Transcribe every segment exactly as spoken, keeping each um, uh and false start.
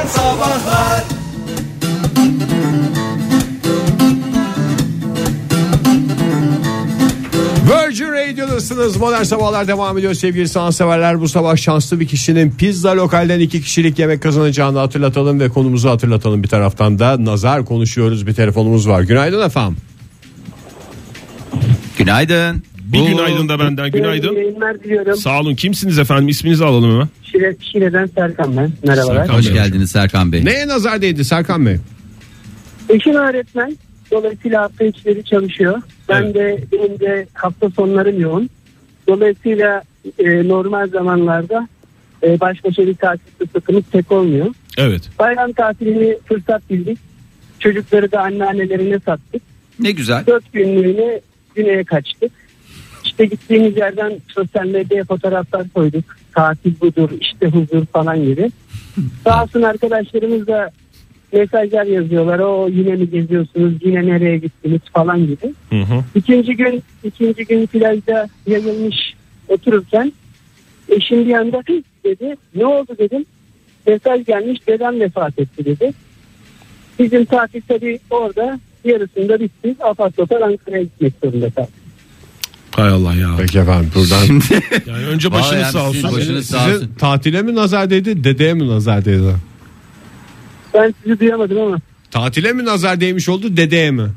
Sabahlar Virgin Radio'dasınız. Modern Sabahlar devam ediyor sevgili sanatseverler. Bu sabah şanslı bir kişinin pizza lokalden iki kişilik yemek kazanacağını hatırlatalım ve konumuzu hatırlatalım. Bir taraftan da nazar konuşuyoruz. Bir telefonumuz var. Günaydın efendim. Günaydın. Bir günaydın da benden. Günaydın. Yayınlar diliyorum. Sağ olun. Kimsiniz efendim? İsminizi alalım hemen. Şile, Şile'den Serkan ben. Merhabalar. Serkan Hoş Bey. geldiniz Serkan Bey. Neye nazar değdi Serkan Bey? Eşim öğretmen. Dolayısıyla hafta içleri çalışıyor. Ben Evet. de benim de hafta sonlarım yoğun. Dolayısıyla e, normal zamanlarda e, baş başa bir tatil fırsatımız pek olmuyor. Evet. Bayram tatilini fırsat bildik. Çocukları da anneannelerine sattık. Ne güzel. Dört günlüğüne güneye kaçtık. İşte gittiğimiz yerden sosyal medyaya fotoğraflar koyduk. Tatil budur, işte huzur falan gibi. Sağ olsun arkadaşlarımız da mesajlar yazıyorlar. O yine mi geziyorsunuz, yine nereye gittiniz falan gibi. Hı hı. İkinci gün, ikinci gün plajda yayılmış otururken eşim bir anda dedi. Ne oldu dedim. Mesaj gelmiş, dedem vefat etti dedi. Bizim tatil tabii orada yarısında bitti. Apar topar Ankara'ya gitmek zorunda kaldık. Hay Allah ya. Peki efendim buradan. Yani önce başınız Vallahi sağ yani olsun. siz başınız sağ Size olsun. tatile mi nazar değdi, dedeye mi nazar değdi? Ben sizi duyamadım ama Tatile mi nazar değmiş oldu, dedeye mi?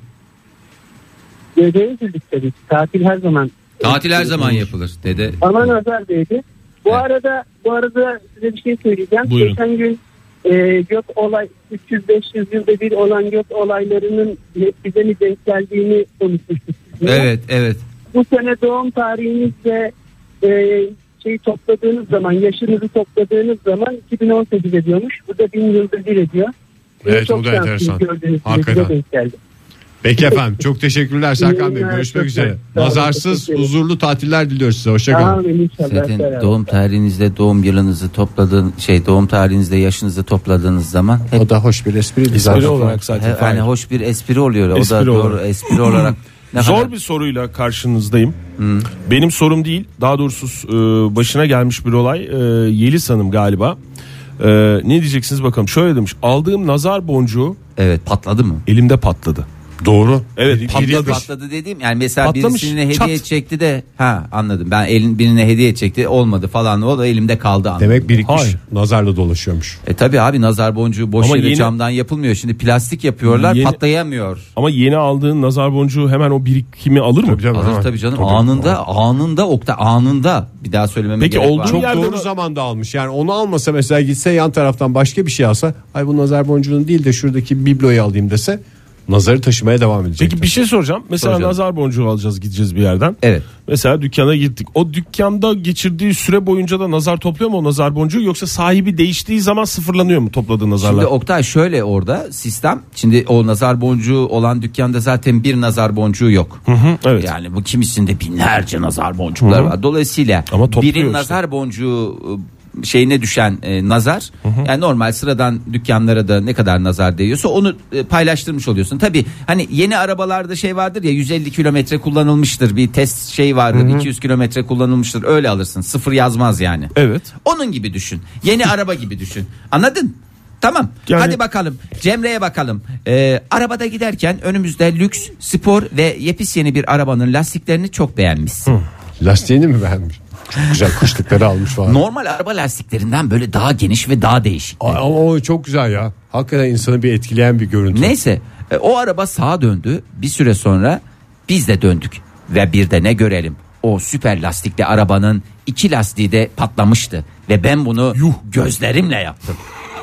dedeye üzüldük tabii ki. Tatil her zaman. Tatil her zaman yapılır dede. Ama nazar değdi. Bu Evet. arada bu arada size bir şey söyleyeceğim. Buyurun. Geçen gün e, gök olay üç yüz beş yüz yılda bir olan gök olaylarının bize mi denk geldiğini konuşmuştuk. sizinle. Evet evet. Bu sene doğum tarihinizle e, şeyi topladığınız zaman, yaşınızı topladığınız zaman iki bin on sekiz ediyormuş. Bu da bin yılda bir ediyor. Evet, Çok bu da şanslıyım, enteresan. gördüğünüz gibi Hakikaten. bize denk geldi. Peki efendim çok teşekkürler Serkan Bey. İyi Görüşmek günler, üzere. çok sağ olun, Nazarsız teşekkür ederim. huzurlu tatiller diliyoruz size. Hoşçakalın. Amin inşallah. Zaten Beraber. doğum tarihinizde doğum yılınızı topladığın şey doğum tarihinizde yaşınızı topladığınız zaman hep O da hoş bir espriydi Espri zaten. olarak zaten. he- hani hoş bir espri oluyor. O Espri da doğru olarak. espri olarak. Ne Zor kadar- bir soruyla karşınızdayım. Benim sorum değil. Daha doğrusu e, başına gelmiş bir olay. E, Yeliz Hanım galiba. E, ne diyeceksiniz bakalım. Şöyle demiş. Aldığım nazar boncuğu Evet patladı mı? elimde patladı. Doğru. Evet Biri- patladı. Patladı dediğim yani mesela Patlamış, birisine hediye çat. edecekti de ha anladım ben elin birine hediye edecekti olmadı falan o da elimde kaldı anladım. Demek birikmiş. Hayır. Nazarla dolaşıyormuş. E tabi abi nazar boncuğu boş Ama yere yeni- camdan yapılmıyor şimdi plastik yapıyorlar Yeni- patlayamıyor. Ama yeni aldığın nazar boncuğu hemen o birikimi alır mı? Tabii canım. Alır Ha, tabii canım tabii. anında anında okta anında bir daha söylememe Peki, gerek olduğu var. Çok yerde doğru mi- zamanda almış. Yani onu almasa mesela gitse yan taraftan başka bir şey alsa, ay bu nazar boncuğunu değil de şuradaki bibloyu alayım dese, nazarı taşımaya devam edecek. Peki bir şey soracağım. Mesela Soracağım. nazar boncuğu alacağız, gideceğiz bir yerden. Evet. Mesela dükkana gittik. O dükkanda geçirdiği süre boyunca da nazar topluyor mu o nazar boncuğu, yoksa sahibi değiştiği zaman sıfırlanıyor mu topladığı nazarlar? Şimdi Oktay şöyle orada sistem şimdi o nazar boncuğu olan dükkanda zaten bir nazar boncuğu yok. Hı hı, evet. Yani bu kimisinde binlerce nazar boncuklar var. Dolayısıyla Ama topluyor birin işte. nazar boncuğu e, şeyine düşen e, nazar yani normal sıradan dükkanlara da ne kadar nazar değiyorsa onu e, paylaştırmış oluyorsun. Tabii hani yeni arabalarda şey vardır ya yüz elli kilometre kullanılmıştır bir test şey vardır iki yüz kilometre kullanılmıştır öyle alırsın sıfır yazmaz yani. Evet. Onun gibi düşün. Yeni araba gibi düşün. Anladın? Tamam. Yani- Hadi bakalım. Cemre'ye bakalım. Ee, arabada giderken önümüzde lüks, spor ve yepis yeni bir arabanın lastiklerini çok beğenmişsin. Lastiğini mi beğenmiş? Çok güzel kışlıkları almış falan. Normal araba lastiklerinden böyle daha geniş ve daha değişik. Ay, ama o çok güzel ya. Hakikaten insanı bir etkileyen bir görüntü. Neyse e, o araba sağa döndü. Bir süre sonra biz de döndük. Ve bir de ne görelim. O süper lastikli arabanın iki lastiği de patlamıştı. Ve ben bunu gözlerimle yaptım.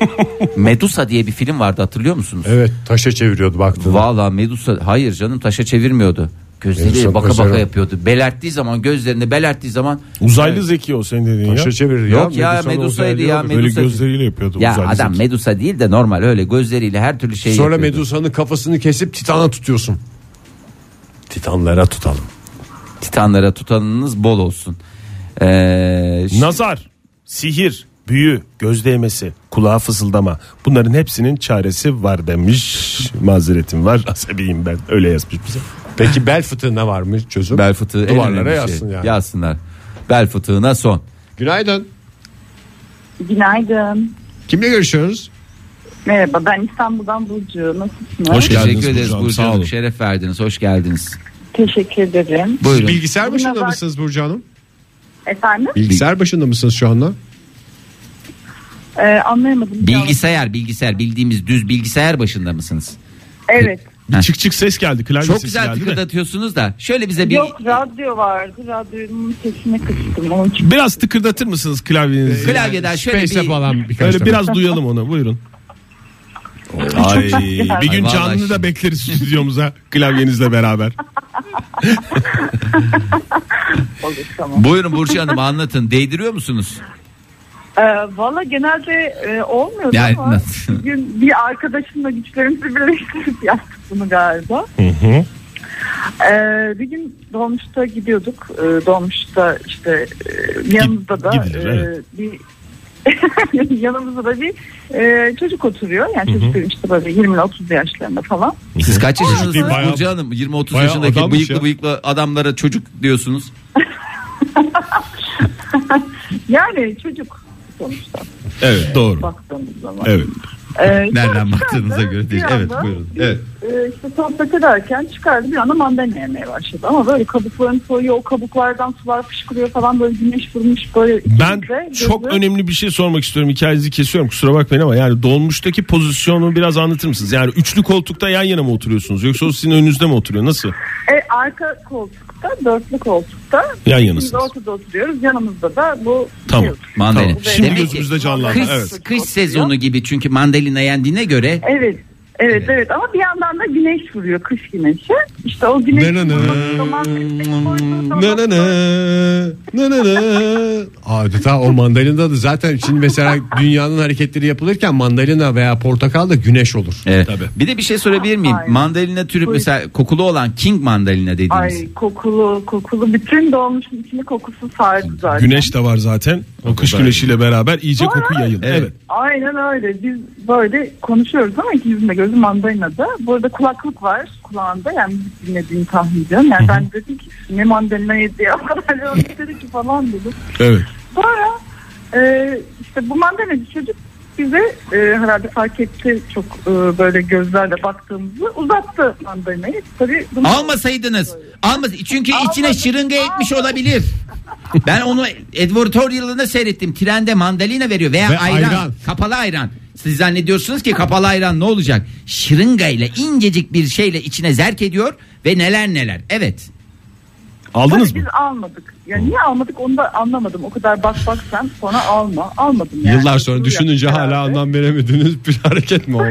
Medusa diye bir film vardı hatırlıyor musunuz? Evet, taşa çeviriyordu baktığında. Valla Medusa hayır canım taşa çevirmiyordu. Gözleri Medusa baka gözleri- baka yapıyordu. Belerttiği zaman gözlerini belerttiği zaman Uzaylı zeki o senin dediğin ya. Taşa çevirir Yok ya. ya, Medusa'nın Medusa'ydı özelliği ya, odur. Böyle Medusa- gözleriyle yapıyordu ya uzaylı adam zeki. Medusa değil de normal öyle gözleriyle her türlü şey Sonra yapıyordu. Medusa'nın kafasını kesip Titan'a tutuyorsun. Titanlara tutalım. Titanlara tutanınız bol olsun. Ee, ş- Nazar, sihir, büyü, göz değmesi, kulağa fısıldama, bunların hepsinin çaresi var demiş. Mazeretim var, asabiyim ben, öyle yazmış bize. Peki bel fıtığına var mı çözüm? bel fıtığı en Duvarlara önemli yazsın şey. yani. Yazsınlar. Bel fıtığına son. Günaydın. Günaydın. Kimle görüşüyoruz? Merhaba, ben İstanbul'dan Burcu. Nasılsınız? Hoş geldiniz Teşekkür ederiz Burcu Hanım, Burcu sağ Hanım. olun. Şeref verdiniz. Hoş geldiniz. Teşekkür ederim. Buyurun. Bilgisayar başında Nazar- mısınız Burcu Hanım? Efendim? Bilgisayar başında mısınız şu anda? Ee, anlayamadım. Bilgisayar, bilgisayar bildiğimiz düz bilgisayar başında mısınız? Evet. Heh. Çık çık ses geldi. Klavye Çok sesi güzel geldi de. tıkırdatıyorsunuz da. Şöyle bize bir Yok, radyo vardı. Radyonun sesini kıstım. Onun için. Biraz tıkırdatır mısınız klavyenizi? klavyeden şöyle Space'e bir falan birkaç Öyle defa. biraz duyalım onu. Buyurun. Ay, bir gün Ay, canlı vallahi da şimdi. bekleriz stüdyomuza klavyenizle beraber. Olur, tamam. Buyurun Burcu Hanım anlatın. Değdiriyor musunuz? Ee, Valla genelde e, olmuyordu Yani ama nasıl? bir gün bir arkadaşımla güçlerimizi birleştirip yaptık bunu galiba. Hı hı. Ee, bir gün dolmuşta gidiyorduk. Ee, dolmuşta işte e, yanımızda da Gidilir, e, evet. bir yanımızda da bir e, çocuk oturuyor. Yani çocuk dedim işte böyle yirmi otuz yaşlarında falan. Siz kaç yaşındasınız değil, bayağı- Burcu Hanım? yirmi otuz bayağı yaşındaki adammış bıyıklı ya. bıyıklı adamlara çocuk diyorsunuz. Yani çocuk sonuçta Evet doğru. baktığımız zaman. Evet. Ee, sonra Nereden çıkardı, baktığınıza göre değil. bir Evet anda buyurun. biz, Evet. e, işte sohbet ederken çıkardı bir anda mandalina yemeye başladı. Ama böyle kabuklarını soyuyor, o kabuklardan sular fışkırıyor falan, böyle güneş vurmuş böyle. Ben içinde, çok gözü- önemli bir şey sormak istiyorum. Hikayenizi kesiyorum, kusura bakmayın ama yani dolmuştaki pozisyonu biraz anlatır mısınız? Yani üçlü koltukta yan yana mı oturuyorsunuz yoksa o sizin önünüzde mi oturuyor? Nasıl? E, arka koltukta, dörtlü koltukta. Yan Biz yanasınız. ortada oturuyoruz. Yanımızda da bu Tamam. şey oturuyor. Mandalina. Tamam. Şimdi Demek ki gözümüzde canlandı. Kış, Evet. kış sezonu gibi çünkü mandalina yendiğine göre Evet. Evet evet ama bir yandan da güneş vuruyor, kış güneşi. İşte o güneş Ne ne ne. vurduğu zaman, kıştaki koyduğu zaman- Ne ne ne ne ne ne. Adeta o mandalina da zaten şimdi mesela dünyanın hareketleri yapılırken mandalina veya portakal da güneş olur. Evet. Tabii. Bir de bir şey sorabilir miyim? Aynen. Mandalina türü Buyurun. mesela kokulu olan king mandalina dediğimiz. Ay kokulu kokulu bütün dolmuşun içine kokusu sardı zaten. Güneş de var zaten. O kış güneşiyle beraber iyice Sonra- koku yayıldı. Evet. Evet. Aynen öyle. Biz böyle konuşuyoruz ama ikimizin de gözü mandalinada. Bu arada kulaklık var kulağında, yani müzik dinlediğini tahmin ediyorum. Yani ben dedim ki ne mandalina yedi ya, o kadar yol istedi ki falan dedim. Evet. Sonra e, işte bu mandalinacı çocuk bize e, herhalde fark etti, çok e, böyle gözlerle baktığımızı, uzattı mandalinayı. Tabii bunu Almasaydınız. Almas çünkü içine Almadım, şırınga etmiş almadım. olabilir. Ben onu advertorial'ında seyrettim. Trende mandalina veriyor veya Ve ayran, ayran. kapalı ayran. Siz zannediyorsunuz ki kapalı ayran ne olacak? Şırınga ile incecik bir şeyle içine zerk ediyor ve neler neler. Evet. Aldınız Tabii mı? biz almadık. Yani niye almadık onu da anlamadım. O kadar bak bak sen sonra alma. Almadım yani. Yıllar sonra düşününce Yaptık hala herhalde. anlam veremediğiniz bir hareket mi o?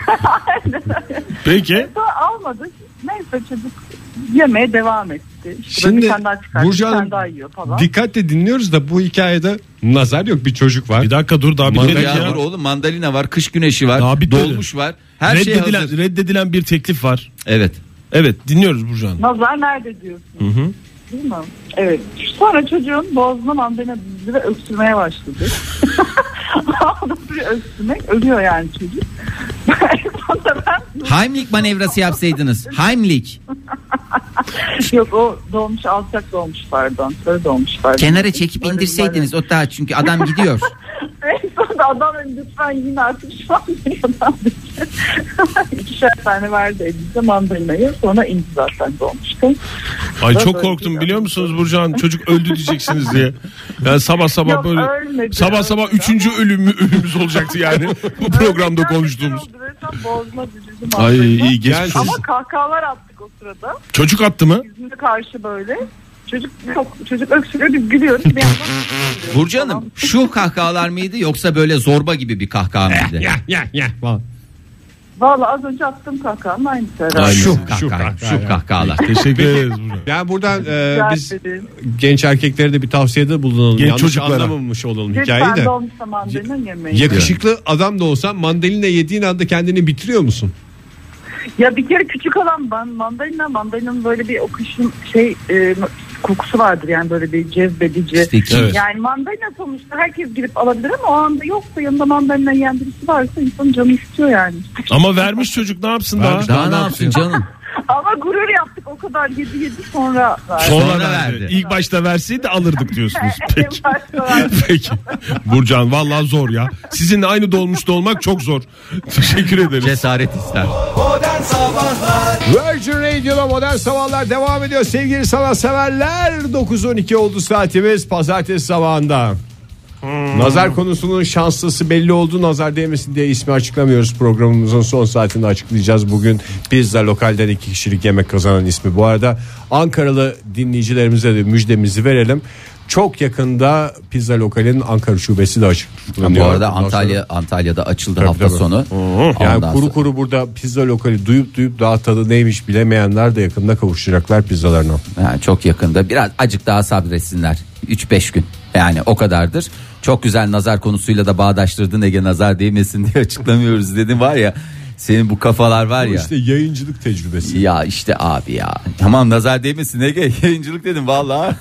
Peki. Sonra almadık. Neyse çocuk yemeye devam etti. İşte Şimdi bir tane daha çıkardı, Burcu bir tane Hanım, daha yiyor falan. dikkatle dinliyoruz da bu hikayede nazar yok, bir çocuk var. Bir dakika dur daha bitmedi Ya, ya. dur oğlum, mandalina var, kış güneşi var, Daha bitmedi. dolmuş var. Her şey reddedilen, hazır. reddedilen bir teklif var. Evet. Evet dinliyoruz Burcu Hanım. Nazar nerede diyorsun? Hı hı. Değil mi? Evet. Sonra çocuğun boğazına mandalina dizdi ve öksürmeye başladı. Öksürüyor, öksürmek. Ölüyor yani çocuk. Sonra ben Heimlich manevrası yapsaydınız. Heimlich. yok, o dolmuş, alçak dolmuş pardon. Sarı dolmuş pardon. Kenara çekip Böyle indirseydiniz o daha, çünkü adam gidiyor. En sonunda adam lütfen yiyin artık şu an diyordan İkişer tane verdi elimize mandalinayı. Sonra indi zaten dolmuştu. Ay Böyle çok böyle korktum bir- biliyor musunuz Burcu Hanım? Çocuk öldü diyeceksiniz diye. Yani sabah sabah Yok, böyle ölmedi, sabah sabah ölmedi üçüncü ölümü ölümümüz olacaktı yani. Bu programda Öyle konuştuğumuz. oldu, resmen boğazıma düzüldü Ay mandalina. iyi geçmiş Ama olsun. kahkahalar attık o sırada. Çocuk attı mı? Yüzüne karşı böyle. Çocuk çok, çocuk öksürüyor, biz gülüyoruz. Bir yandan Burcu Hanım şu kahkahalar mıydı yoksa böyle zorba gibi bir kahkaha mıydı? Ya ya ya falan. Valla az önce attığım kahkahanın aynısı herhalde. Aynen. Şu Şu kahkaha, kahkaha şu ya. kahkahalar. Teşekkür ederiz Burcu Hanım. Yani buradan e, Rica biz ederim. genç erkeklere de bir tavsiyede bulunalım. Genç Yanlış çocuklara. anlamamış olalım hikayeyi Lütfen de. dolmuşsa mandalina yemeyin. Yakışıklı adam da olsan mandalina yediğin anda kendini bitiriyor musun? Ya bir kere küçük olan ben mandalina, mandalinanın böyle bir o kışın şey e, kokusu vardır yani, böyle bir cezbedici. Sticky. Evet. Yani mandalina sonuçta herkes girip alabilir ama o anda yoksa, yanında mandalina yiyen birisi varsa insanın canı istiyor yani. Ama vermiş çocuk ne yapsın daha? Vermiş. Daha ne yapsın canım? Ama gurur yaptık o kadar yedi yedi sonra verdi. Sonra, Sonra verdi. verdi. İlk başta verseydi alırdık diyorsunuz. En Peki. başta verdi. Peki. Burcan vallahi zor ya. Sizinle aynı dolmuşta olmak çok zor. Teşekkür ederiz. Cesaret ister. Virgin Radio'da Modern Sabahlar devam ediyor sevgili sanatseverler. dokuz on iki oldu saatimiz pazartesi sabahında. Hmm. Nazar konusunun şanslısı belli oldu. Nazar değmesin diye ismi açıklamıyoruz. Programımızın son saatinde açıklayacağız. Bugün Pizza Lokal'den iki kişilik yemek kazanan ismi. Bu arada Ankaralı dinleyicilerimize de müjdemizi verelim. Çok yakında Pizza Lokal'in Ankara şubesi de açıklanıyor. Bu arada Ondan Antalya sonra... Antalya'da açıldı Tabii, hafta tabii. sonu. Yani Ondan kuru sonra- kuru burada Pizza Lokal'i duyup duyup daha tadı neymiş bilemeyenler de yakında kavuşacaklar pizzalarına. Yani çok yakında, biraz acık daha sabretsinler. üç beş gün. Yani o kadardır. Çok güzel nazar konusuyla da bağdaştırdın Ege, nazar değmesin diye açıklamıyoruz dedim, var ya. Senin bu kafalar var ya. İşte yayıncılık tecrübesi. Ya işte abi ya. Tamam, nazar değmesin Ege. Yayıncılık dedim vallahi.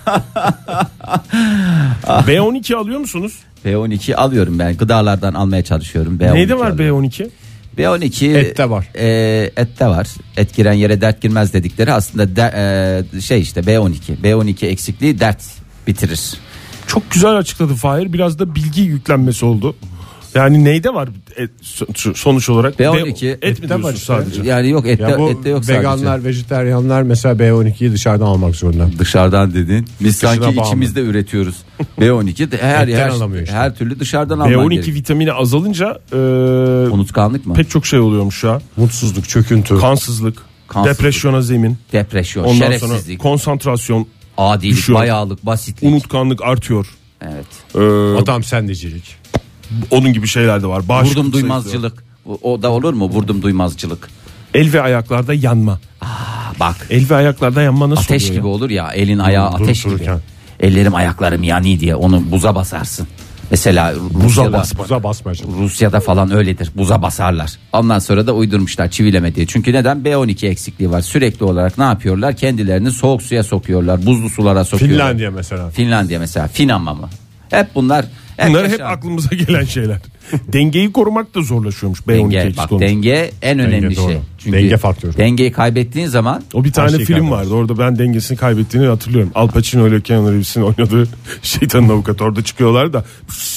B on iki alıyor musunuz? B on iki alıyorum ben. Gıdalardan almaya çalışıyorum. B on iki Neyde var alıyorum. B on iki? B on iki Ette var. E, ette var. Et giren yere dert girmez dedikleri aslında de, e, şey işte B on iki. B on iki eksikliği dert bitirir. Çok güzel açıkladı Fahir. Biraz da bilgi yüklenmesi oldu. Yani neyde var et, so- sonuç olarak? B on iki et mi ette var diyorsun işte. sadece? Yani yok ette, Ya bu ette yok veganlar, sadece. vejetaryenler mesela B on ikiyi dışarıdan almak zorunda. Dışarıdan dedin. Biz Dışına sanki bağımlı. içimiz de üretiyoruz. B on iki de her Etten her, alamıyor işte. her türlü dışarıdan B alman on iki gerekiyor. vitamini azalınca e, Unutkanlık mı? pek çok şey oluyormuş ya. Mutsuzluk, çöküntü. Kansızlık, Kansızlık. depresyona zemin. Depresyon, Ondan sonra şerefsizlik, konsantrasyon, adilik, düşüyor. bayağılık, basitlik. unutkanlık artıyor. Evet. Ee, Adam sendecilik. onun gibi şeyler de var. Bağışıklık Vurdum zayıflıyor. duymazcılık. O, o da olur mu? Vurdum duymazcılık. El ve ayaklarda yanma. Bak. El ve ayaklarda yanma nasıl Ateş oluyor gibi ya? olur ya, elin ayağı Durup ateş gibi. dururken. Ellerim ayaklarım yani diye onu buza basarsın. Mesela Buza Rusya'da, bas, buza basmayacak. Rusya'da falan öyledir. Buza basarlar. Ondan sonra da uydurmuşlar çivileme diye. Çünkü neden? B on iki eksikliği var. Sürekli olarak ne yapıyorlar? Kendilerini soğuk suya sokuyorlar. Buzlu sulara sokuyorlar. Finlandiya mesela. Finlandiya mesela. Finama mı? Hep bunlar. Bunlar hep yaşam- aklımıza gelen şeyler. Dengeyi korumak da zorlaşıyormuş B on iki Denge, eksik bak olunca. denge en önemli doğru. şey. Çünkü Denge faktörü. dengeyi kaybettiğin zaman O bir tane şeyi film kaybeder. vardı. Orada ben dengesini kaybettiğini hatırlıyorum. Al Pacino ile Keanu Reeves'in oynadığı şeytanın avukatı. Orada çıkıyorlar da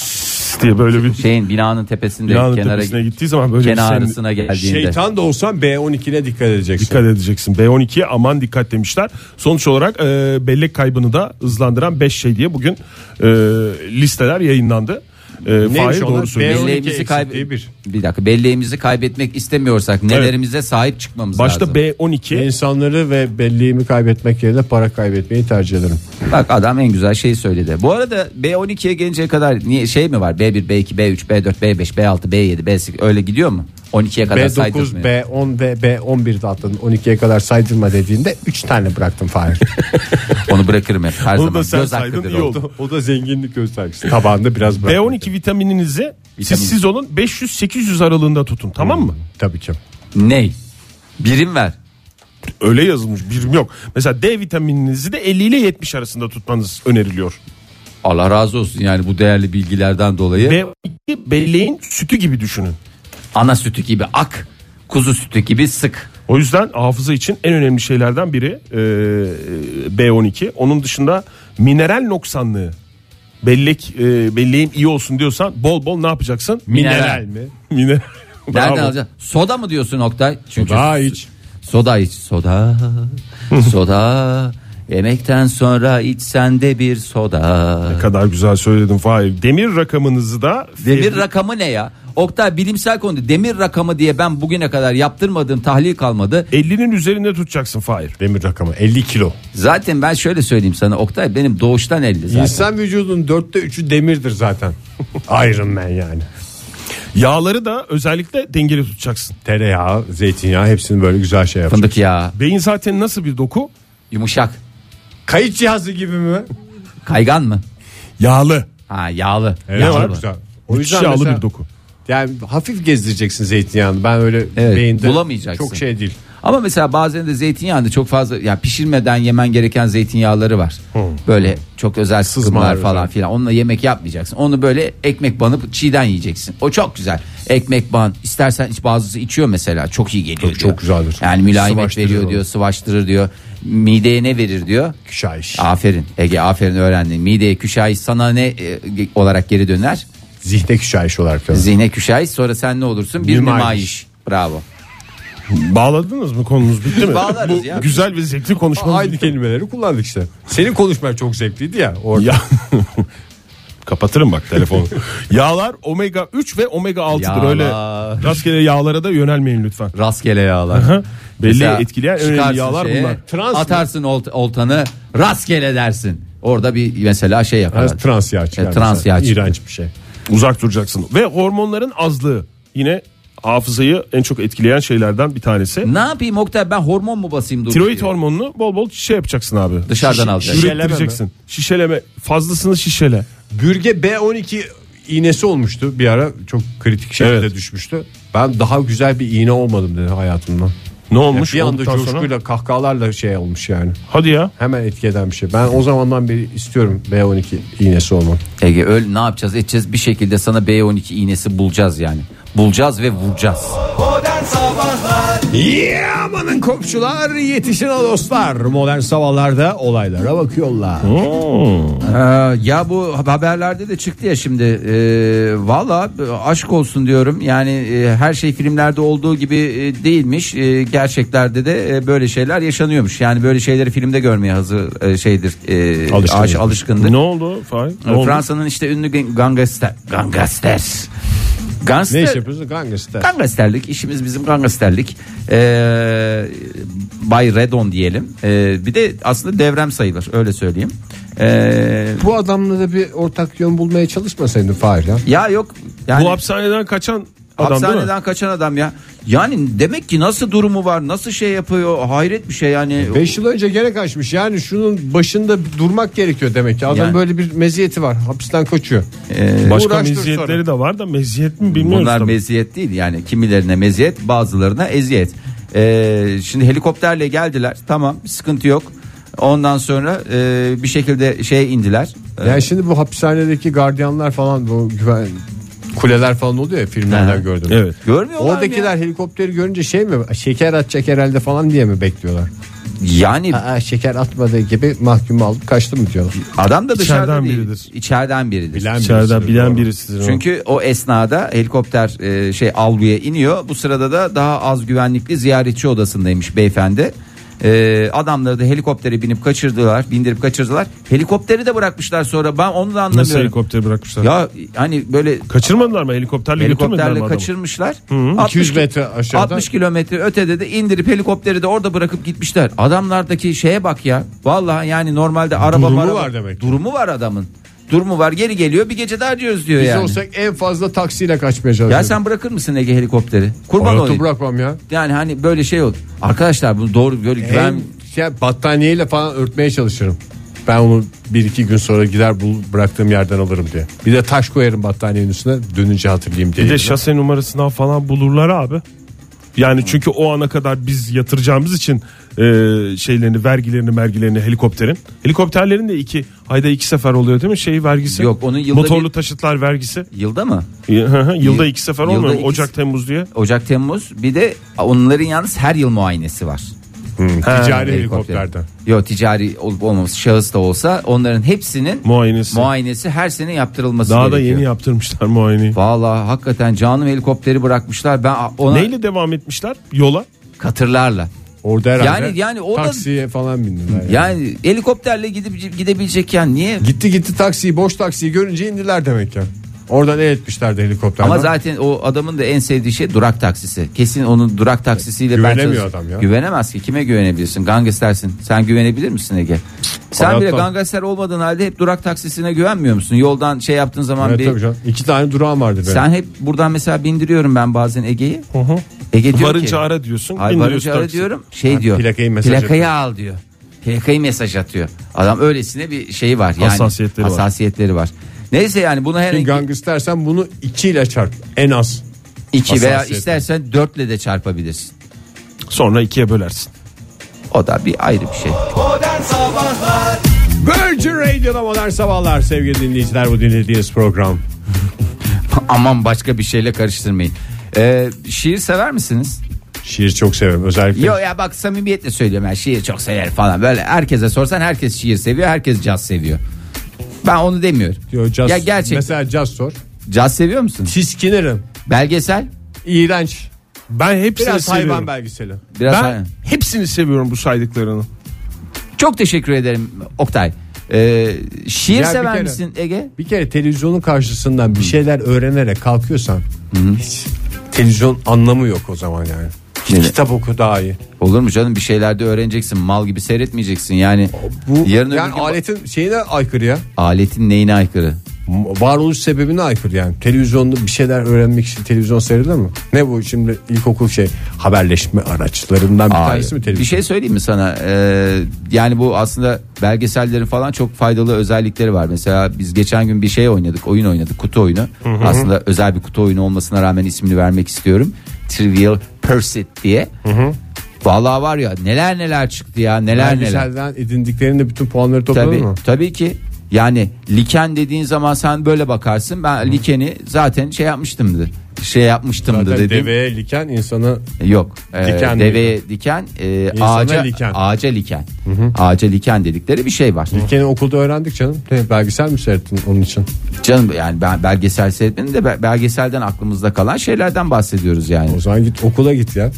diye böyle bir şeyin binanın tepesinde binanın kenara tepesine gittiği zaman böyle bir sen kenarısına geldiğinde. Şeytan da olsan B on ikine dikkat edeceksin. dikkat edeceksin. B on ikiye aman dikkat demişler. Sonuç olarak e, bellek kaybını da hızlandıran beş şey diye bugün e, listeler yayınlandı. E, Neymiş Fahir onlar? doğru söylüyor. B on iki Belleğimizi eksikliği kaybe- bir. bir dakika, belleğimizi kaybetmek istemiyorsak nelerimize sahip çıkmamız Başta lazım. B on iki İnsanları ve belleğimi kaybetmek yerine para kaybetmeyi tercih ederim. Bak adam en güzel şeyi söyledi. Bu arada B on ikiye gelinceye kadar niye şey mi var? B bir, B iki, B üç, B dört, B beş, B altı, B yedi, B sekiz öyle gidiyor mu? on ikiye kadar B dokuz, saydırmıyor. B on ve B on birde atladın. on ikiye kadar saydırma dediğinde üç tane bıraktım Fahir. Onu bırakırım hep her Onu zaman. da sen Göz saydın, hakkıdır iyi o. oldu. O da zenginlik göstergesi. Tabağında biraz bırak. B on iki vitamininizi siz Vitamin. siz olun beş yüz sekiz yüz aralığında tutun, tamam mı? Tabii ki. Ney? Birim ver. Öyle yazılmış, birim yok. Mesela D vitamininizi de elli ile yetmiş arasında tutmanız öneriliyor. Allah razı olsun yani bu değerli bilgilerden dolayı. B on iki belleğin sütü gibi düşünün. Ana sütü gibi ak, kuzu sütü gibi sık. O yüzden hafıza için en önemli şeylerden biri e, B on iki. Onun dışında mineral noksanlığı. Bellek e, belleğin iyi olsun diyorsan bol bol ne yapacaksın? Mineral mi? Mineral. Nereden Bravo. alacaksın? Soda mı diyorsun Oktay? Çünkü Daha iç. Soda iç. Soda. Soda. Yemekten sonra içsen de bir soda. Ne kadar güzel söyledin Fahir. Demir rakamınızı da Demir rakamı ne ya? Oktay bilimsel konu. Demir rakamı diye ben bugüne kadar yaptırmadığım tahlil kalmadı. ellinin üzerinde tutacaksın Fahir. Demir rakamı elli kilo. Zaten ben şöyle söyleyeyim sana Oktay, benim doğuştan elli zaten. İnsan vücudunun dörtte üçü demirdir zaten. Iron Man yani. Yağları da özellikle dengeli tutacaksın. Tereyağı, zeytinyağı hepsini böyle güzel şey yapacak. Fındık yağı, Beyin zaten nasıl bir doku? yumuşak, Kayıt cihazı gibi mi? kaygan mı? Yağlı. Ha yağlı. Evet, yağlı. var güzel. O Müthiş yüzden yağlı mesela- bir doku. Yani hafif gezdireceksin zeytinyağını. Ben öyle Evet, beyinde bulamayacaksın. çok şey değil. Ama mesela bazen de zeytinyağında çok fazla yani pişirmeden yemen gereken zeytinyağları var. Hmm. Böyle çok özel sıkımlar falan filan. Onunla yemek yapmayacaksın. Onu böyle ekmek banıp çiğden yiyeceksin. O çok güzel. Ekmek ban. İstersen iç bazısı içiyor mesela. Çok iyi geliyor çok, diyor. Çok güzeldir. Yani mülayimet veriyor diyor, sıvaştırır diyor. Mideye ne verir diyor? Küşayiş. Aferin Ege, aferin öğrendin. Mideye küşayiş sana ne e, olarak geri döner? Zihne küşayiş olarak. Yani. Zihne küşayiş, sonra sen ne olursun? Bir Nümayiş. nümayiş. Bravo. Bağladınız mı, konunuz bitti mi? Bağlarız Bu ya. güzel ve zevkli konuşmamız Aynı bitti mi? kelimeleri kullandık işte. Senin konuşman çok zevkliydi ya. Orada. Ya. Kapatırım bak telefonu. Yağlar omega üç ve omega altıdır. Yağlar. Öyle rastgele yağlara da yönelmeyin lütfen. Rastgele yağlar. Belli Mesela etkileyen önemli çıkarsın yağlar şeye, bunlar. Trans atarsın olt, oltanı, rastgele dersin. Orada bir mesela şey yapar. Yani trans yağ çıkar. Evet, trans yağ çıkar. İğrenç bir şey. Uzak duracaksın. Ve hormonların azlığı yine hafızayı en çok etkileyen şeylerden bir tanesi. Ne yapayım Oktay, ben hormon mu basayım? Dur Tiroid diye. hormonunu bol bol şey yapacaksın abi. Dışarıdan alacaksın. Ürettireceksin. Şişeleme. Fazlasını şişele. Bürge B on iki iğnesi olmuştu bir ara, çok kritik şekilde Evet. düşmüştü. Ben daha güzel bir iğne olmadım dedi hayatımdan. Ne olmuş? Yani bir anda olduktan coşkuyla sonra? kahkahalarla şey olmuş yani. Hadi ya. Hemen etki eden bir şey. Ben o zamandan beri istiyorum B on iki iğnesi olmak. Ege öyle ne yapacağız edeceğiz, bir şekilde sana B on iki iğnesi bulacağız yani. Bulacağız ve vuracağız. Yeah, amanın komşular, yetişin o dostlar. Modern sabahlarda olaylara bakıyorlar. Ee, ya bu haberlerde de çıktı ya şimdi. Ee, Valla aşk olsun diyorum. Yani e, her şey filmlerde olduğu gibi e, değilmiş. E, gerçeklerde de e, böyle şeyler yaşanıyormuş. Yani böyle şeyleri filmde görmeye hazır e, şeydir. E, Alışkındır. aş, alışkındır. Ne oldu Fahir? Ne Ee, oldu? Fransa'nın işte ünlü gangster. Gangster. Gangster. Ne iş yapıyorsun? Gangster. Gangsterlik, işimiz bizim gangsterlik. Ee, Bay Redon diyelim. Ee, bir de aslında devrem sayılır, öyle söyleyeyim. Ee, Bu adamla da bir ortak yön bulmaya çalışmasaydın Fahir ya. ya yok yani Bu hapishaneden kaçan adam değil mi? hapishaneden kaçan adam ya. Yani demek ki nasıl durumu var, nasıl şey yapıyor, hayret bir şey yani. beş yıl önce gene kaçmış. Yani şunun başında durmak gerekiyor demek ki. Adam Yani. böyle bir meziyeti var. Hapisten kaçıyor. Ee, Başka Uğraştır meziyetleri sonra. de var da meziyet mi bilmiyoruz. Bunlar tabii. meziyet değil yani, kimilerine meziyet, bazılarına eziyet. Ee, şimdi helikopterle geldiler, tamam, sıkıntı yok. Ondan sonra e, bir şekilde şeye indiler. Ee, Yani şimdi bu hapishanedeki gardiyanlar falan, bu güven kuleler falan oluyor ya, filmlerden Aha. gördüm. Evet. Görmüyorlar mı Oradakiler ya? helikopteri görünce şey mi, şeker atacak herhalde falan diye mi bekliyorlar? Yani Aa, şeker atmadığı gibi mahkumu alıp kaçtı mı diyorlar. adam da dışarıda İçeriden değil. biridir. İçeriden biridir. Bilen İçeriden birisi, bilen doğru. birisidir. o. Çünkü o esnada helikopter e, şey avluya iniyor. Bu sırada da daha az güvenlikli ziyaretçi odasındaymış beyefendi. E, adamları da helikoptere binip kaçırdılar, bindirip kaçırdılar. Helikopteri de bırakmışlar sonra. Ben onu da Nasıl anlamıyorum. helikopteri bırakmışlar? Ya hani böyle Kaçırmadılar mı? Helikopterle götürmediler mi helikopterle adamı? kaçırmışlar. iki yüz metre aşağıda. altmış kilometre ötede de indirip helikopteri de orada bırakıp gitmişler. Adamlardaki şeye bak ya. Vallahi yani normalde araba Durumu maraba- var demek ki. Durumu var adamın. Durumu var, geri geliyor, bir gece daha diyoruz diyor Biz yani. olsak en fazla taksiyle kaçmaya çalışıyoruz. Ya sen bırakır mısın Ege helikopteri? Kurban Hayatta olayım. bırakmam ya. Yani hani böyle şey olur. Arkadaşlar bu doğru böyle güven. En, şey, battaniyeyle falan örtmeye çalışırım. Ben onu bir iki gün sonra gider bul, bıraktığım yerden alırım diye. Bir de taş koyarım battaniyenin üstüne, dönünce hatırlayayım diye. Bir de şase numarasından falan bulurlar abi. Yani çünkü o ana kadar biz yatıracağımız için e, şeylerini, vergilerini, mergilerini helikopterin. Helikopterlerin de iki ayda iki sefer oluyor değil mi? Şey vergisi. Yok, onun yılda Motorlu bir- taşıtlar vergisi. Yılda mı? Hı hı, Yılda Yıl- iki sefer yılda olmuyor mu? iki- Ocak, Temmuz diye. Ocak, Temmuz. Bir de onların yalnız her yıl muayenesi var. Ticari Helikopter. helikopterden. Yok, ticari olup olmaması, şahıs da olsa onların hepsinin Muayenesi. muayenesi her sene yaptırılması Daha gerekiyor. da yeni yaptırmışlar muayeneyi. Vallahi hakikaten canım helikopteri bırakmışlar. Ben ona Neyle devam etmişler? Yola. katırlarla. Orada herhalde Yani- yani o da- taksiye falan bindiler. Yani. Yani helikopterle gidip gidebilecekken niye? Gitti gitti taksiyi, boş taksiyi görünce indiler demek ya. Oradan el etmişlerdi helikopterden. Ama zaten o adamın da en sevdiği şey durak taksisi. Kesin onun durak taksisiyle Güvenemiyor ben çalış- adam ya. Güvenemez ki. Kime güvenebilirsin? Gangstersin. Sen güvenebilir misin Ege? Sen Hayatta. bile gangster olmadığın halde hep durak taksisine güvenmiyor musun? Yoldan şey yaptığın zaman Evet, bir... tabii canım. İki tane durağım vardı benim. Sen hep buradan mesela bindiriyorum ben bazen Ege'yi. Ege diyor Varınca ki... ara diyorsun. Hayır, bindiriyorsun varınca ara taksi. diyorum. Şey Ha, diyor. plakayı mesaj plakayı atıyor. al diyor. Plakayı mesaj atıyor. Adam öylesine bir şeyi var. Yani, Hassasiyetleri var. hassasiyetleri var. Neyse yani bunu her Şimdi gangstersen bunu iki ile çarp en az. iki veya hassasiyeti. istersen dörtle de çarpabilirsin. Sonra ikiye bölersin. O da bir ayrı bir şey. Virgin Radio'da Modern Sabahlar sevgili dinleyiciler, bu dinlediğiniz program. Aman başka bir şeyle karıştırmayın. Ee, şiir sever misiniz? Şiir çok severim özellikle. Yok ya bak, samimiyetle söylüyorum, ben şiir çok sever falan. Böyle herkese sorsan herkes şiir seviyor, herkes caz seviyor. Ben onu demiyorum. Yo, caz, ya gerçek. Mesela caz sor. Caz seviyor musun? Tiskinirim. Belgesel? İğrenç. Ben hepsini Biraz seviyorum. hayvan belgeseli. Biraz Ben hay- hepsini seviyorum bu saydıklarını. Çok teşekkür ederim Oktay. Ee, şiir Ya bir sever kere- misin Ege? Bir kere televizyonun karşısından bir şeyler öğrenerek kalkıyorsan hiç televizyon anlamı yok o zaman yani. Git Evet. kitap oku daha iyi. Olur mu canım, bir şeyler de öğreneceksin, mal gibi seyretmeyeceksin yani. Bu Yarın yani öbür gün- aletin şeyine aykırı ya. Aletin neyine aykırı? Varoluş sebebine aykırı yani. Televizyonda bir şeyler öğrenmek için televizyon seyredilir mi? Ne bu şimdi ilkokul şey haberleşme araçlarından bir Hayır. tanesi mi televizyon? Bir şey söyleyeyim mi sana? Ee, yani bu aslında belgesellerin falan çok faydalı özellikleri var. Mesela biz geçen gün bir şey oynadık, oyun oynadık, kutu oyunu. Hı-hı. Aslında özel bir kutu oyunu olmasına rağmen ismini vermek istiyorum. Trivial Pursuit diye. Hı-hı. Vallahi var ya, neler neler çıktı ya, neler neler. Belgeselden edindiklerinde bütün puanları topladın Tabii, mı? tabii ki. Yani liken dediğin zaman sen böyle bakarsın. Ben likeni zaten şey yapmıştımdı. Şey yapmıştımdı Zaten dedim. deveye liken insanı Yok. E, Diken deveye diken, e, İnsana ağaca liken. ağaca liken. Ağaca liken dedikleri bir şey var. likeni okulda öğrendik canım. Ne, belgesel mi seyrettin onun için? Canım yani ben belgesel seyretmedim de be- belgeselden aklımızda kalan şeylerden bahsediyoruz yani. O zaman git okula git ya.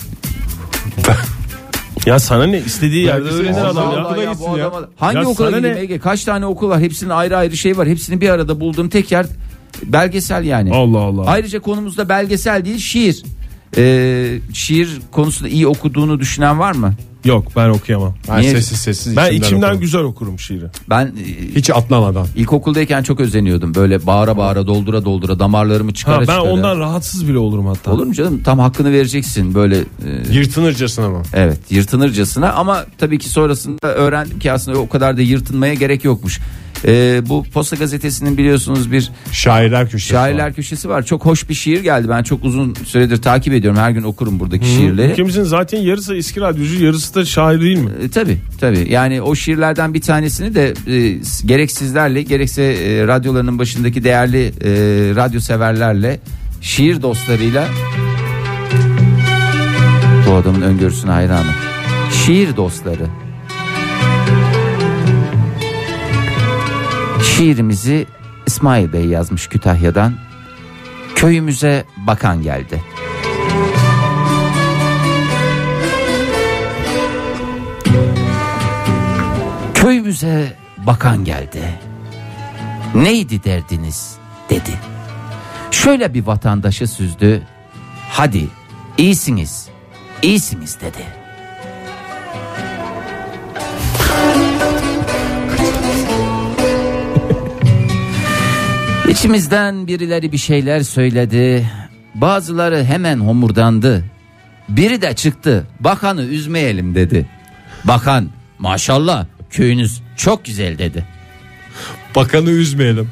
Ya sana ne, istediği yerde Belgesel- öğrenir Allah adam ya. Allah. okula ya, gitsin bu ya. adama- Hangi Ya okula sana gideyim ne? Ege? Kaç tane okul var? Hepsinin ayrı ayrı şey var. Hepsini bir arada bulduğum tek yer belgesel yani. Allah Allah. Ayrıca konumuzda belgesel değil, şiir. Ee, şiir konusunda iyi okuduğunu düşünen var mı? Yok, ben okuyamam. Ben Niye? sessiz sessiz Ben içimden okurum. güzel okurum şiiri. Ben e, Hiç atlamadan. ilkokuldayken çok özeniyordum. Böyle bağıra bağıra, doldura doldura, damarlarımı çıkara Ha, ben çıkara. ondan rahatsız bile olurum hatta. Olur mu canım? Tam hakkını vereceksin böyle. e, Yırtınırcasına mı? Evet, yırtınırcasına, ama tabii ki sonrasında öğrendim ki aslında o kadar da yırtınmaya gerek yokmuş. Ee, bu Posta Gazetesi'nin biliyorsunuz bir Şairler köşesi. şairler var. köşesi var. Çok hoş bir şiir geldi. Ben çok uzun süredir takip ediyorum. Her gün okurum buradaki şiirleri. Ülkemizin zaten yarısı eski radyocu, yarısı da şair değil mi? E, tabii tabii. Yani o şiirlerden bir tanesini de e, gerek sizlerle gerekse e, radyolarının başındaki değerli e, radyo severlerle, şiir dostlarıyla, bu adamın öngörüsüne hayranım. Şiir dostları. Şiirimizi İsmail Bey yazmış Kütahya'dan. Köyümüze bakan geldi. Köyümüze bakan geldi. Neydi derdiniz dedi. Şöyle bir vatandaşı süzdü. Hadi iyisiniz, iyisiniz dedi. İçimizden birileri bir şeyler söyledi. Bazıları hemen homurdandı. Biri de çıktı. Bakanı üzmeyelim dedi. Bakan, maşallah köyünüz çok güzel dedi. Bakanı üzmeyelim.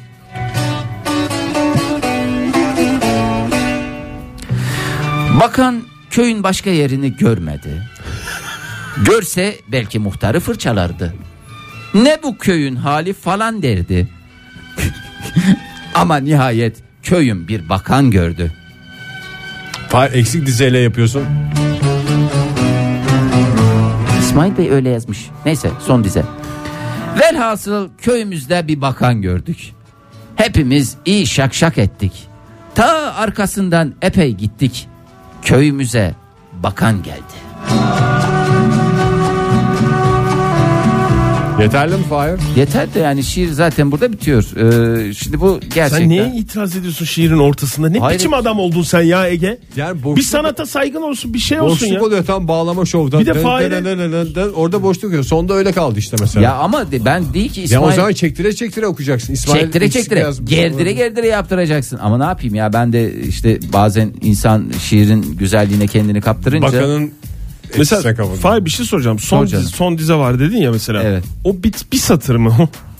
Bakan köyün başka yerini görmedi. Görse belki muhtarı fırçalardı. Ne bu köyün hali falan derdi. Ama nihayet köyün bir bakan gördü. Fahir, eksik dizeyle yapıyorsun. İsmail Bey öyle yazmış. Neyse, son dize. Velhasıl köyümüzde bir bakan gördük. Hepimiz iyi şak şak ettik. Ta arkasından epey gittik. Köyümüze bakan geldi. Yeterli mi Fahir? Yeter de yani şiir zaten burada bitiyor. Ee, şimdi bu gerçekten. Sen neye itiraz ediyorsun şiirin ortasında? Ne Hayır. biçim adam oldun sen ya Ege? Yani boşluk, Bir sanata saygın olsun, bir şey olsun boşluk ya. oluyor tam bağlama şovda. Bir de Dön, Fahir'e- dön, dön, dön, dön. Orada boşluk oluyor. Sonda öyle kaldı işte mesela. Ya ama de- ben değil ki Ya İsmail. o zaman çektire çektire okuyacaksın. İsmail Çektire eksik çektire yazmış. gerdire gerdire yaptıracaksın. Ama ne yapayım ya, ben de işte bazen insan şiirin güzelliğine kendini kaptırınca. Bakanın Mesela kapıldı. Fahir, bir şey soracağım. Son Sor canım. dizi, son dize var dedin ya mesela. Evet. O bir, bir satır mı o?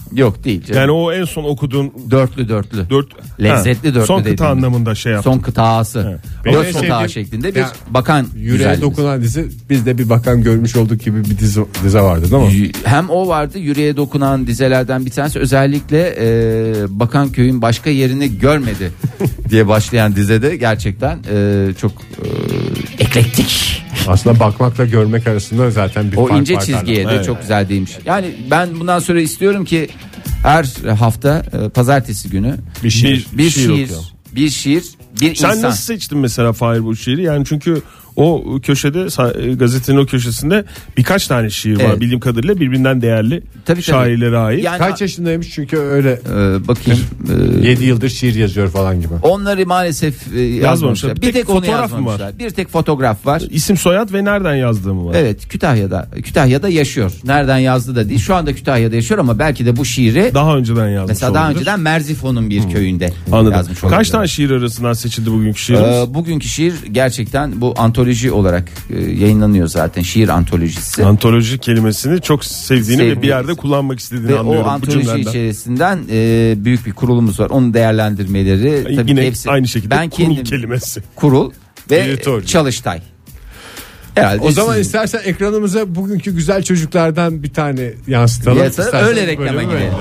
Yok değil canım. Yani o en son okuduğun Dörtlü dörtlü. dört Lezzetli ha, dörtlü son kıta dediğimiz. anlamında şey yaptım. Son kıtası. Evet. Benim en Dört kıta sevdiğim- şeklinde bir Ya, bakan Yüreğe güzelliğimiz. dokunan dizi, biz de bir bakan görmüş olduk gibi bir dizi, dizi vardı değil mi? Y- Hem o vardı, yüreğe dokunan dizelerden bir tanesi, özellikle e, Bakan Köy'ün başka yerini görmedi diye başlayan dizede gerçekten e, çok e, eklektik. Aslında bakmakla görmek arasında zaten bir O fark ince var çizgiye galiba. de çok güzel değilmiş. Yani ben bundan sonra istiyorum ki her hafta e, pazartesi günü Bir şiir. bir şiir şiir, okuyalım. bir şiir, bir Sen insan. nasıl seçtin mesela Fahir bu şiiri? Yani çünkü o köşede sa- gazetenin o köşesinde birkaç tane şiir var Evet. bildiğim kadarıyla birbirinden değerli Tabii, tabii. şairlere ait. Yani Kaç yaşındaymış çünkü öyle e, bakayım. e, yedi yıldır şiir yazıyor falan gibi. Onları maalesef e, yazmamışlar. Bir Bir tek tek onu fotoğraf mı yazmamışlar. Bir tek fotoğraf var. İsim soyad ve nereden yazdığımı var. Evet, Kütahya'da. Kütahya'da yaşıyor. Nereden yazdı da değil. Şu anda Kütahya'da yaşıyor ama belki de bu şiiri Daha önceden yazmış mesela daha olabilir. önceden Merzifon'un bir köyünde Anladım. yazmış Kaç olabilir. tane şiir arasından seçildi bugünkü şiirimiz? Ee, bugünkü şiir gerçekten bu antoloji olarak e, yayınlanıyor zaten. Şiir antolojisi. Antoloji kelimesini çok sevdiğini Sevdiğini. ve bir yerde kullanmak istediğini Ve anlıyorum o bu antoloji cümlenden. içerisinden e, büyük bir kurulumuz var. Onun değerlendirmeleri tabii Yine hepsi. aynı şekilde ben kurul kendim, kelimesi. kurul ve Editör. Çalıştay. Herhalde O zaman sizin- istersen ekranımıza bugünkü güzel çocuklardan bir tane yansıtalım. Yansıtalım, İstersen öyle böyle reklama mi? gidelim.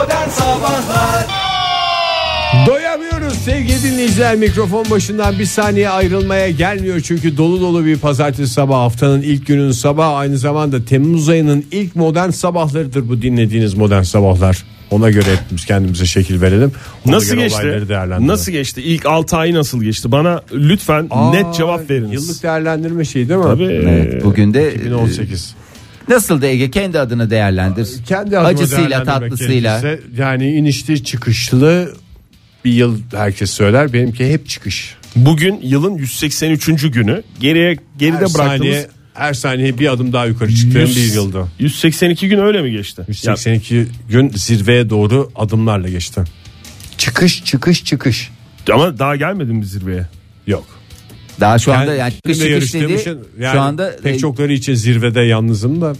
Doyamıyoruz sevgili dinleyiciler, mikrofon başından bir saniye ayrılmaya gelmiyor çünkü dolu dolu bir pazartesi sabah, haftanın ilk günün sabahı, aynı zamanda Temmuz ayının ilk modern sabahlarıdır bu dinlediğiniz modern sabahlar. Ona göre hepimiz kendimize şekil verelim. Ona Nasıl göre geçti? olayları değerlendirelim. Nasıl geçti? İlk altı ay nasıl geçti? Bana lütfen Aa, net cevap veriniz. Yıllık değerlendirme şeyi değil mi? Tabii. Evet, bugün de iki bin on sekiz. nasıl da Ege kendi adını değerlendir. Kendi adıma Acısıyla değerlendirmek tatlısıyla. gerekirse, yani inişli çıkışlı bir yıl herkes söyler, benimki hep çıkış. Bugün yılın yüz seksen üçüncü günü. Geriye geride Her bıraktığımız saniye, her saniye bir adım daha yukarı çıktığım yüz- bir yıldı. yüz seksen iki gün öyle mi geçti? yüz seksen iki gün zirveye doğru adımlarla geçti. Çıkış çıkış çıkış. Ya, ama daha gelmedim mi zirveye? Yok. Daha şu anda Yani yani çıkış kimle çıkış yarıştığım dedi. için yani Şu anda pek e, çokları için zirvede yalnızım da.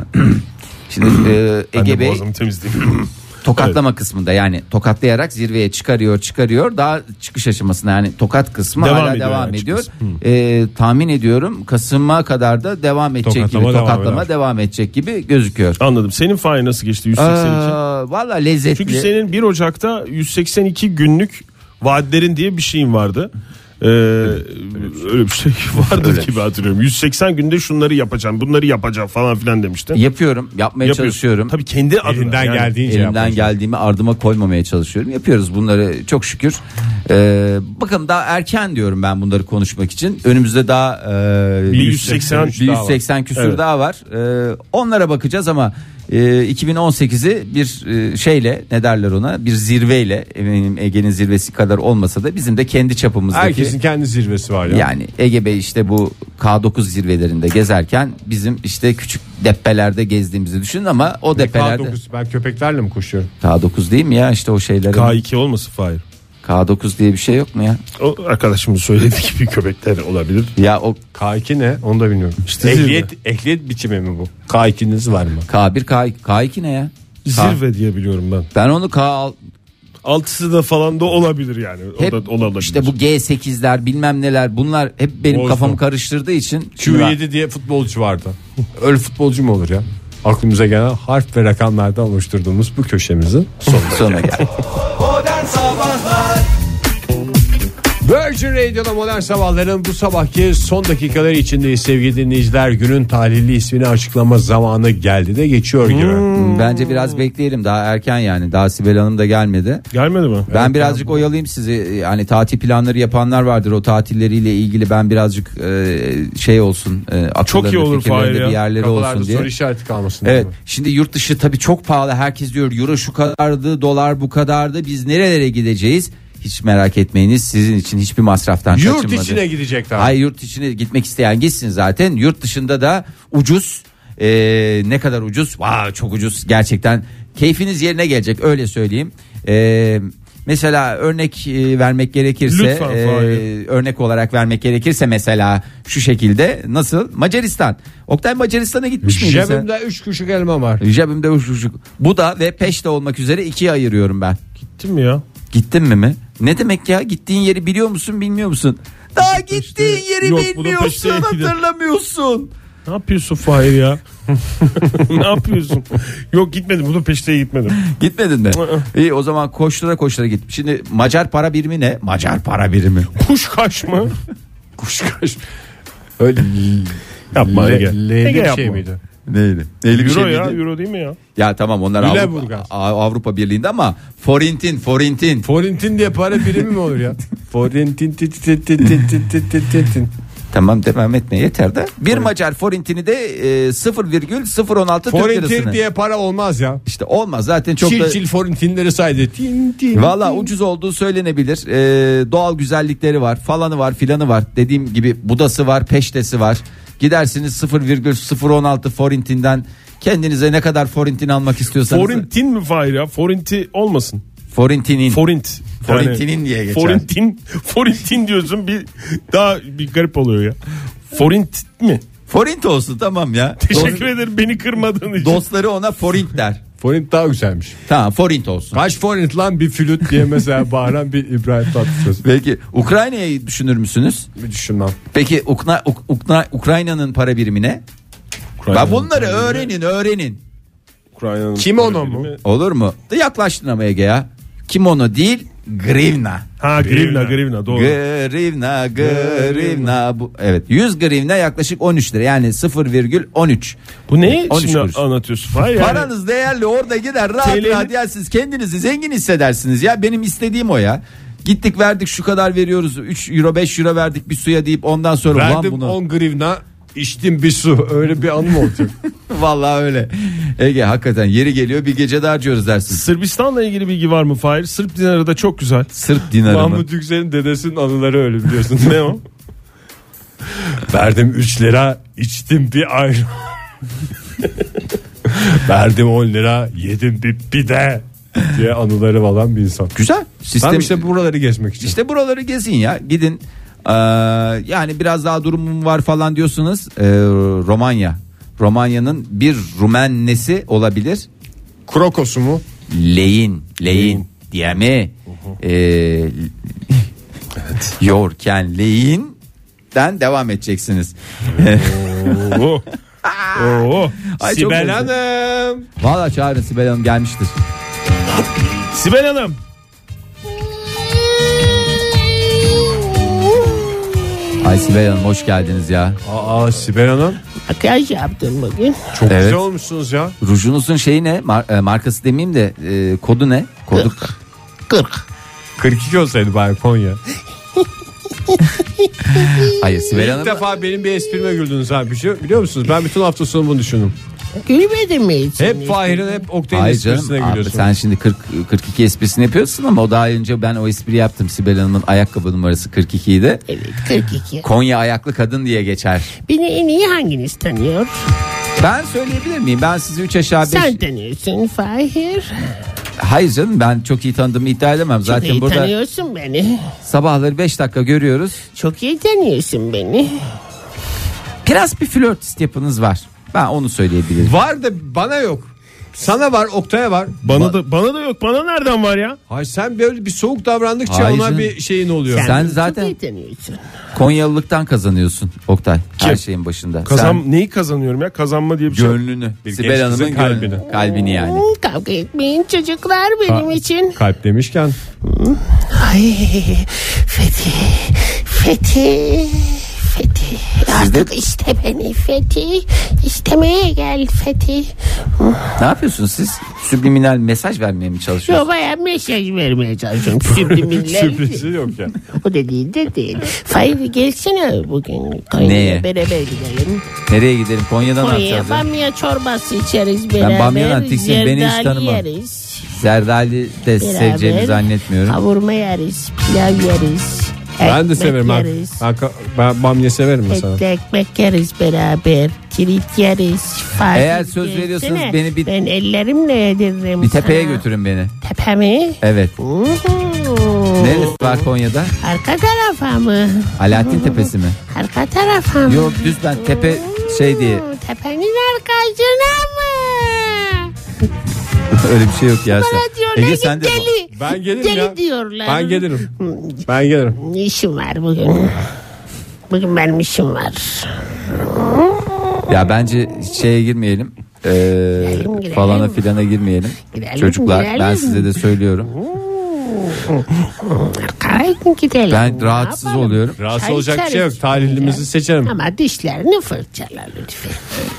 şimdi e, Ben de Ege Bey boğazımı temizleyeyim. tokatlama kısmında, yani tokatlayarak zirveye çıkarıyor çıkarıyor, daha çıkış aşamasında, yani tokat kısmı Devam hala ediyor devam yani ediyor. çıkış. E, tahmin ediyorum Kasım'a kadar da devam edecek Tokatlama gibi devam tokatlama eder. devam edecek gibi gözüküyor. Anladım. Senin fay nasıl geçti yüz seksen iki? Aa, valla lezzetli. Çünkü senin bir Ocak'ta yüz seksen iki günlük vaatlerin diye bir şeyin vardı. Ee, öyle bir şey vardır gibi hatırlıyorum. yüz seksen günde şunları yapacağım, bunları yapacağım falan filan demiştin. Yapıyorum, yapmaya Yapıyorsun. çalışıyorum. Tabii kendi adına. Elinden yani. geldiğince Elimden yaparsın. geldiğimi ardıma koymamaya çalışıyorum. Yapıyoruz bunları çok şükür. Ee, bakın daha erken diyorum ben bunları konuşmak için. Önümüzde daha e, Bir yüz seksen bir yüz seksen küsür Evet. daha var. Ee, onlara bakacağız ama e, iki bin on sekizi bir e, şeyle, ne derler ona, bir zirveyle, eminim Ege'nin zirvesi kadar olmasa da bizim de kendi çapımızdaki. Herkesin kendi zirvesi var ya. Yani Ege Bey işte bu K dokuz zirvelerinde gezerken bizim işte küçük deppelerde gezdiğimizi düşünün ama o K deppelerde dokuz, ben köpeklerle mi koşuyorum? K dokuz değil mi ya, işte o şeylerin K iki olmasın Fahir. K dokuz diye bir şey yok mu ya? O arkadaşımız söylediği gibi köpekler olabilir. Ya o K iki ne? Onu da bilmiyorum. İşte ehliyet, ehliyet biçimi mi bu? K ikiniz var mı? K bir K iki, K iki ne ya? Zirve diye biliyorum ben. Ben onu K al- Altısı da falan da olabilir yani. hep o da olabilir. işte bu G sekizler bilmem neler, bunlar hep benim Olsun. kafamı karıştırdığı için şimdi Q ben- yedi diye futbolcu vardı. Öyle futbolcu mu olur ya? Aklımıza gelen harf ve rakamlardan oluşturduğumuz bu köşemizin sonuna sonra gel. Virgin Radio'da modern sabahların bu sabahki son dakikaları içindeyiz sevgili dinleyiciler. Günün talihli ismini açıklama zamanı geldi de geçiyor gibi. Bence biraz bekleyelim, daha erken yani, daha Sibel Hanım da gelmedi. Gelmedi mi? Ben birazcık oyalayayım sizi. Yani tatil planları yapanlar vardır. O tatilleriyle ilgili ben birazcık e, şey olsun. E, Çok iyi olur fikirlerinde Fahir ya. bir yerleri Kafalarda olsun diye. soru işareti kalmasın. Evet. Şimdi yurt dışı tabii çok pahalı. Herkes diyor euro şu kadardı, dolar bu kadardı. Biz nerelere gideceğiz? Hiç merak etmeyiniz. Sizin için hiçbir masraftan Yurt kaçınmadı. içine gidecekler. Hayır, yurt içine gitmek isteyen gitsin zaten. Yurt dışında da ucuz. Ee, ne kadar ucuz? Vay, çok ucuz. Gerçekten keyfiniz yerine gelecek, öyle söyleyeyim. Ee, Mesela örnek e, vermek gerekirse Lütfen, e, Fahir. örnek olarak vermek gerekirse mesela şu şekilde nasıl Macaristan. Oktay Macaristan'a gitmiş miydin sen? Cebimde üç küçük elma var. Cebimde üç buçuk. Bu da ve peşte olmak üzere ikiye ayırıyorum ben. Gittin mi ya? Gittin mi mi? Ne demek ya? Gittiğin yeri biliyor musun, bilmiyor musun? Daha gittiğin yeri Yok, bu da bilmiyorsun, peşteye gidelim. hatırlamıyorsun. Ne yapıyorsun Fahir ya? Ne yapıyorsun? Yok gitmedim. Bunu peşteye gitmedim. Gitmedin mi? İyi, o zaman koştura koştura git. Şimdi Macar para birimi ne? Macar para birimi. Kuşkaş mı? Kuşkaş. Öyle Yapma Ege. L'li Ege bir yapma. şey miydi? Neydi? Neyli bir Euro şey ya, miydi? euro değil mi ya? Ya tamam, onlar Avrupa, Lüleburgaz. Avrupa Birliği'nde ama forintin, forintin. Forintin diye para birimi mi olur ya? Forintin tit tit tit tit tit tit tit tit. Tamam, devam etme yeter de. Bir Macar forintini de e, sıfır virgül sıfır on altı Türk Forintin lirasını. diye para olmaz ya. İşte olmaz zaten, çok Çil da. çil forintinleri saydı. Tin, tin, Valla tin. ucuz olduğu söylenebilir. Ee, doğal güzellikleri var, falanı var, filanı var. Dediğim gibi budası var, peştesi var. Gidersiniz sıfır virgül sıfır on altı forintinden kendinize ne kadar forintin almak istiyorsanız. Forintin mi Fahir ya? Forinti olmasın. Forintinin. Forint. Forintinin diye geçer. Forintin. Forintin diyorsun, bir daha bir garip oluyor ya. Forint mi? Forint olsun, tamam ya. Teşekkür ederim beni kırmadığın için. Dostları ona forint der. Forint daha güzelmiş. Tamam, forint olsun. Kaç forint lan bir flüt diye mesela bağıran bir İbrahim Tatlıses. Peki Ukrayna'yı düşünür müsünüz? Bir düşünmem. Peki Ukna, Uk- Ukna, Ukrayna'nın para birimi ne? Ukrayna'nın Ben bunları para birimi- öğrenin, öğrenin. Ukrayna'nın Kimono para mu? birimi- Olur mu? Da yaklaştın ama Ege ya. Kimono değil, grivna. Ha grivna grivna doğru. Grivna, grivna. Bu, evet, yüz grivna yaklaşık on üç lira. Yani sıfır virgül on üç. Bu neyi on üç şimdi kuruş. anlatıyorsun? Hayır yani. Paranız değerli, orada gider rahat T L'nin rahat yersiniz, kendinizi zengin hissedersiniz ya. Benim istediğim o ya. Gittik verdik şu kadar veriyoruz, üç euro beş euro verdik bir suya deyip ondan sonra Verdim ulan bunu. on grivna içtim bir su. Öyle bir anım olacak. Vallahi öyle. Ege hakikaten yeri geliyor bir gece de harcıyoruz dersin. Sırbistan'la ilgili bilgi var mı Fahir? Sırp dinarı da çok güzel. Sırp dinarı mı? Mahmut Yüksel'in dedesinin anıları öyle biliyorsun. Ne o? Verdim üç lira içtim bir ayran. Verdim on lira yedim bir pide diye anıları olan bir insan. Güzel. Sistem... Tam işte buraları gezmek için. İşte buraları gezin ya. Gidin. Ee, yani biraz daha durumum var falan diyorsunuz. Ee, Romanya. Romanya'nın bir Rumen nesi olabilir? Krokosu mu? Leyin. Leyin. Diye mi? Ee, evet. Yorken leyinden devam edeceksiniz. Oo. Oo. Ay, çok Sibel güzel. Hanım. Valla çağırın, Sibel Hanım gelmiştir. Sibel Hanım. Ay Sibel Hanım hoş geldiniz ya. Aa Sibel Hanım. Makyaj yaptım bugün. Çok Evet. güzel olmuşsunuz ya. Rujunuzun şeyi ne? Mar- e, markası demeyeyim de e, kodu ne? Kodu kırk. kırk iki olsaydı bari Konya. Hayır Sibel İlk Hanım. defa benim bir esprime güldünüz ha. Bir şey biliyor musunuz? Ben bütün hafta sonu bunu düşündüm. Gülmedin mi hiç? Hep Fahir'in hep Oktay'ın Hayır canım, esprisine abi gülüyorsun. sen şimdi kırk kırk iki esprisini yapıyorsun ama o daha önce ben o espri yaptım. Sibel Hanım'ın ayakkabı numarası kırk iki idi. Evet kırk iki. Konya ayaklı kadın diye geçer. Beni en iyi hanginiz tanıyor? Ben söyleyebilir miyim? Ben sizi üç aşağı beş... Sen tanıyorsun Fahir. Hayır canım, ben çok iyi tanıdığımı iddia edemem. Çok Zaten iyi burada tanıyorsun beni. sabahları beş dakika görüyoruz. Çok iyi tanıyorsun beni. Biraz bir flörtist yapınız var. Ben onu söyleyebilirim. Var da bana yok. Sana var, Oktay'a var. Bana da bana da yok. Bana nereden var ya? Hayır sen böyle bir soğuk davrandıkça Hayır ona canım. bir şeyin oluyor. Sen Kendini zaten- çok iyi tanıyorsun. Konyalılıktan kazanıyorsun Oktay. Her Kim? şeyin başında. Kazan Sen neyi kazanıyorum ya? Kazanma diye bir şey. yok. gönlünü. Bir Sibel genç Hanım'ın kızın kalbini. kalbini. Kalbini yani. Hmm, kavga etmeyin çocuklar benim Ha. için. Kalp demişken Ay Fethi. Fethi. Fethi. Siz de- Artık iste beni Fethi. İstemeye gel Fethi. Ne yapıyorsunuz siz? Subliminal mesaj vermeye mi Yo çalışıyorsunuz? bayağı mesaj vermeye çalışıyorum. Subliminal. sürprizi yok ya. O da değil de değil. Fahir gelsene bugün. Konya'ya Neye? beraber gidelim. Nereye gidelim? Konya'da ne Konya'ya yapacağız? ya? bamya çorbası içeriz beraber. bamyadan tiksindim, beni hiç Zerdali tanımam. yeriz. Zerdali de Beraber seveceğimi zannetmiyorum. Kavurma yeriz. Pilav yeriz. Ben de ekmek severim. Ben, yeriz. ben, ben bamya severim mesela. Etli ekmek yeriz beraber. Tirit yeriz. Fatih Eğer söz gelsene. veriyorsanız beni bir- Ben ellerimle yediririm Bir tepeye sana. götürün beni. Tepe mi? Evet. Hı hı. Neresi var Konya'da? Arka tarafa mı? Alaaddin Tepesi mi? Arka tarafa mı? Yok düz ben tepe şey diye. Tepenin arkasına mı? Öyle bir şey yok ya. Bana diyorlar Ege ki sen de deli. Ben gelirim Deli ya. diyorlar. Ben gelirim. Ben gelirim. İşim var bugün. Bugün benim işim var. ya bence şeye girmeyelim. Ee, Girelim, girelim. falana filana girmeyelim. Girelim, Çocuklar girelim. ben size de söylüyorum. Kalkın gidelim. Ben Ne rahatsız yapalım? oluyorum. Rahatsız Çay olacak bir şey içeriz. yok. Talihlimizi seçerim. Ama dişlerini fırçala lütfen.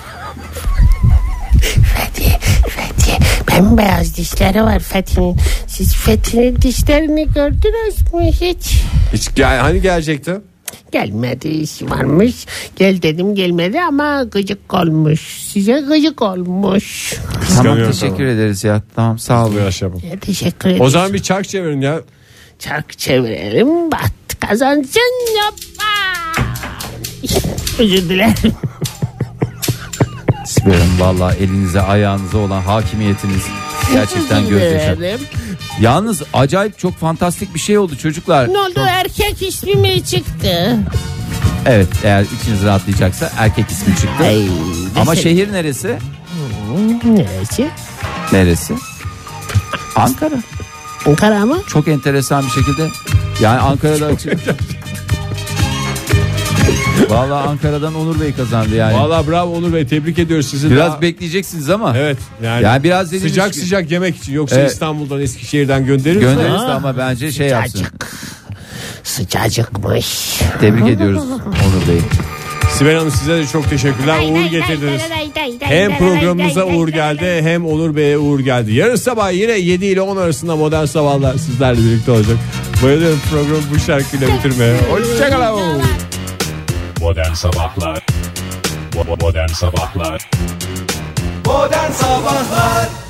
Fethi, Fethi. Bembeyaz dişleri var Fethi'nin. Siz Fethi'nin dişlerini gördünüz mü hiç? Hiç gel, hani gelecekti? Gelmedi, işi varmış. Gel dedim gelmedi ama gıcık olmuş. Size gıcık olmuş. Tamam Kıskanıyorum teşekkür sana. ederiz ya. Tamam sağ olun. Bu yaş yapın. Ya, teşekkür ederim. O zaman bir çark çevirin ya. Çark çevirelim. Bat kazansın yapma. Özür dilerim. Sibel Hanım valla elinize ayağınıza olan hakimiyetiniz gerçekten Özür gözyaşı. dilerim. Yalnız acayip çok fantastik bir şey oldu çocuklar. Ne oldu, erkek ismi mi çıktı? Evet eğer içiniz rahatlayacaksa erkek ismi çıktı. Ay, Ama desene. şehir neresi? Neresi? Neresi? Ankara. Ankara mı? Çok enteresan bir şekilde. Yani Ankara'da açık. Valla Ankara'dan Onur Bey kazandı yani. Valla bravo Onur Bey, tebrik ediyoruz sizi. Biraz Daha- bekleyeceksiniz ama. Evet. Yani, Yani biraz dediğimiz sıcak gibi- sıcak yemek için, yoksa Evet. İstanbul'dan Eskişehir'den gönderirse. Göndeririz de ama bence şey yapsın. Sıcacık. Sıcacıkmış. Tebrik ediyoruz Onur Bey. Sibel Hanım size de çok teşekkürler. Uğur getirdiniz. Hem programımıza Uğur geldi, hem Onur Bey'e Uğur geldi. Yarın sabah yine yedi ile on arasında Modern Sabahlar sizlerle birlikte olacak. Bayılıyorum programı bu şarkıyla bitirmeye. Hoşçakalın. Modern Sabahlar Bo- Modern Sabahlar Modern Sabahlar